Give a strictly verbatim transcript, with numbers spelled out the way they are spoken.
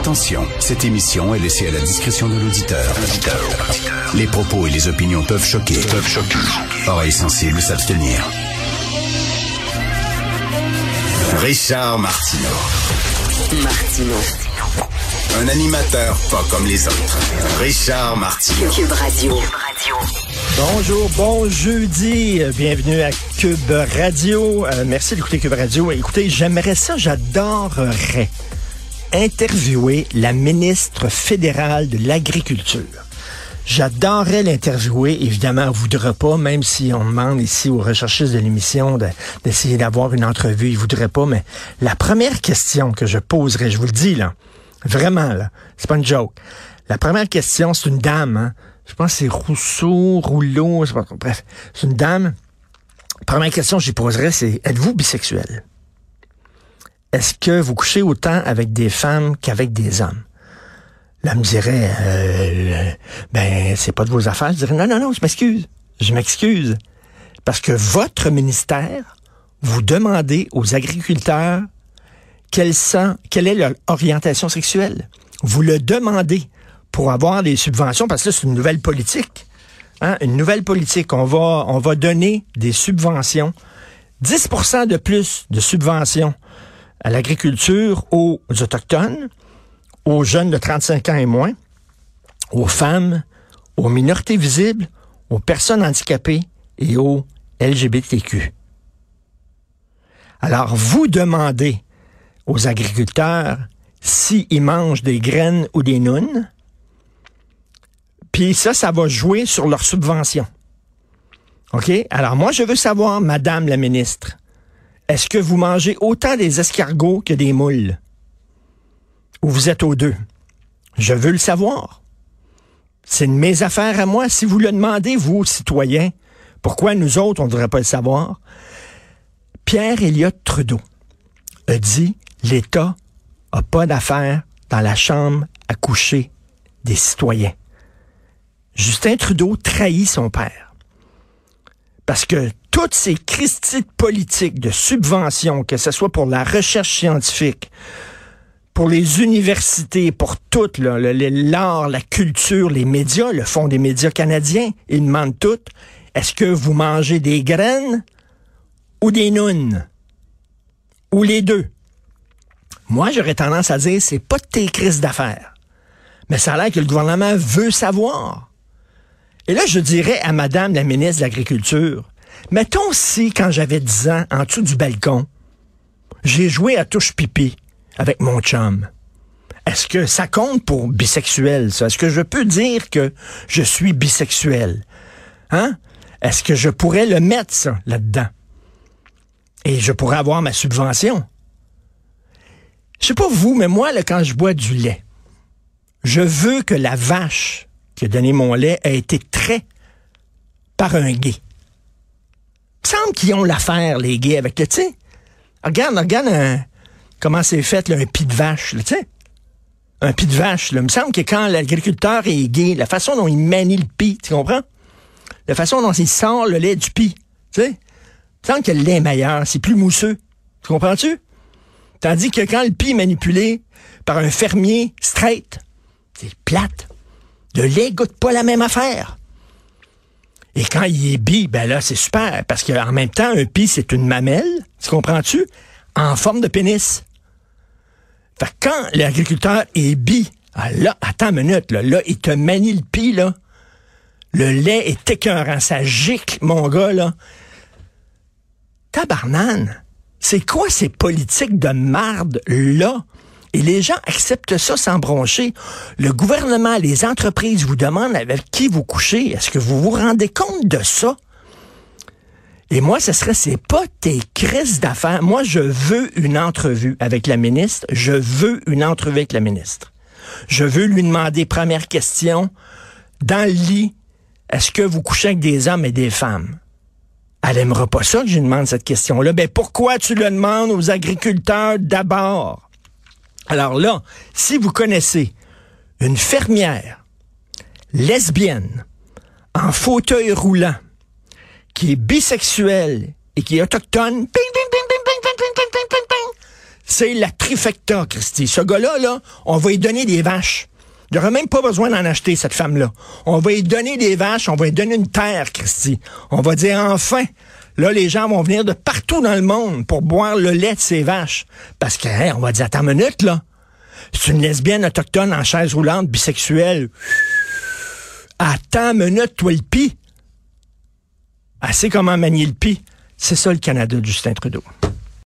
Attention, cette émission est laissée à la discrétion de l'auditeur. Les propos et les opinions peuvent choquer. Peuvent choquer. Oreilles sensibles s'abstenir. Richard Martineau. Martineau. Un animateur pas comme les autres. Richard Martineau. Cube Radio. Bonjour, bon jeudi. Bienvenue à Cube Radio. Euh, merci d'écouter Cube Radio. Écoutez, j'aimerais ça, j'adorerais interviewer la ministre fédérale de l'Agriculture. J'adorerais l'interviewer. Évidemment, elle ne voudra pas, même si on demande ici aux recherchistes de l'émission de, d'essayer d'avoir une entrevue. Il ne voudrait pas, mais la première question que je poserais, je vous le dis, là, vraiment, là, c'est pas une joke. La première question, c'est une dame, hein. Je pense que c'est Rousseau, Rouleau, c'est pas, bref, c'est une dame. La première question que j'y poserais, c'est, êtes-vous bisexuel? Est-ce que vous couchez autant avec des femmes qu'avec des hommes? Là, elle me dirait, euh, ben, c'est pas de vos affaires. Je dirais, non, non, non, je m'excuse. Je m'excuse. Parce que votre ministère, vous demandez aux agriculteurs quelle, sont, quelle est leur orientation sexuelle. Vous le demandez pour avoir des subventions, parce que là, c'est une nouvelle politique. Hein? Une nouvelle politique. On va, on va donner des subventions. dix pour cent de plus de subventions à l'agriculture aux Autochtones, aux jeunes de trente-cinq ans et moins, aux femmes, aux minorités visibles, aux personnes handicapées et aux L G B T Q. Alors, vous demandez aux agriculteurs s'ils mangent des graines ou des nounes, puis ça, ça va jouer sur leurs subventions. OK? Alors, moi, je veux savoir, Madame la ministre, est-ce que vous mangez autant des escargots que des moules? Ou vous êtes aux deux? Je veux le savoir. C'est une mes affaires à moi. Si vous le demandez, vous, citoyens, pourquoi nous autres, on ne devrait pas le savoir? Pierre Elliott Trudeau a dit l'État n'a pas d'affaires dans la chambre à coucher des citoyens. Justin Trudeau trahit son père. Parce que toutes ces cristis de politiques de subventions, que ce soit pour la recherche scientifique, pour les universités, pour tout, là, le, l'art, la culture, les médias, le Fonds des médias canadiens, ils demandent tout. Est-ce que vous mangez des graines ou des nounes? Ou les deux? Moi, j'aurais tendance à dire, c'est pas de tes crises d'affaires. Mais ça a l'air que le gouvernement veut savoir. Et là, je dirais à Madame la ministre de l'Agriculture, mettons si, quand j'avais dix ans, en dessous du balcon, j'ai joué à touche pipi avec mon chum. Est-ce que ça compte pour bisexuel, ça? Est-ce que je peux dire que je suis bisexuel? Hein? Est-ce que je pourrais le mettre, ça, là-dedans? Et je pourrais avoir ma subvention? Je sais pas vous, mais moi, là, quand je bois du lait, je veux que la vache qui a donné mon lait a été traite par un gay. Il me semble qu'ils ont l'affaire, les gays, avec le, tu sais, regarde, regarde un, comment c'est fait, là, un pis de vache, tu sais. Un pis de vache, là. Il me semble que quand l'agriculteur est gay, la façon dont il manie le pis, tu comprends? La façon dont il sort le lait du pis, tu sais. Il me semble que le lait est meilleur, c'est plus mousseux. Tu comprends-tu? Tandis que quand le pis est manipulé par un fermier straight, c'est plate. Le lait goûte pas la même affaire. Et quand il est bi, ben là, c'est super, parce qu'en même temps, un pis, c'est une mamelle, tu comprends-tu? En forme de pénis. Fait que quand l'agriculteur est bi, ah là, attends une minute, là, là, il te manie le pis, là. Le lait est écœurant, ça gicle, mon gars, là. Tabarnane, c'est quoi ces politiques de marde, là? Et les gens acceptent ça sans broncher. Le gouvernement, les entreprises vous demandent avec qui vous couchez. Est-ce que vous vous rendez compte de ça? Et moi, ce serait, c'est pas tes crises d'affaires. Moi, je veux une entrevue avec la ministre. Je veux une entrevue avec la ministre. Je veux lui demander, première question, dans le lit, est-ce que vous couchez avec des hommes et des femmes? Elle aimera pas ça que je lui demande cette question-là. Ben, pourquoi tu le demandes aux agriculteurs d'abord? Alors là, si vous connaissez une fermière lesbienne en fauteuil roulant qui est bisexuelle et qui est autochtone, ping, ping, ping, ping, ping, ping, ping, ping, ping, ping, C'est la trifecta, Christy. Ce gars-là, là, on va lui donner des vaches. Il n'aura même pas besoin d'en acheter, cette femme-là. On va lui donner des vaches, on va lui donner une terre, Christy. On va dire enfin, là, les gens vont venir de partout dans le monde pour boire le lait de ces vaches. Parce que, hey, on va dire, attends une minute, là. C'est une lesbienne autochtone en chaise roulante, bisexuelle. Attends une minute, toi, le pis. Elle sait comment manier le pis. C'est ça, le Canada de Justin Trudeau.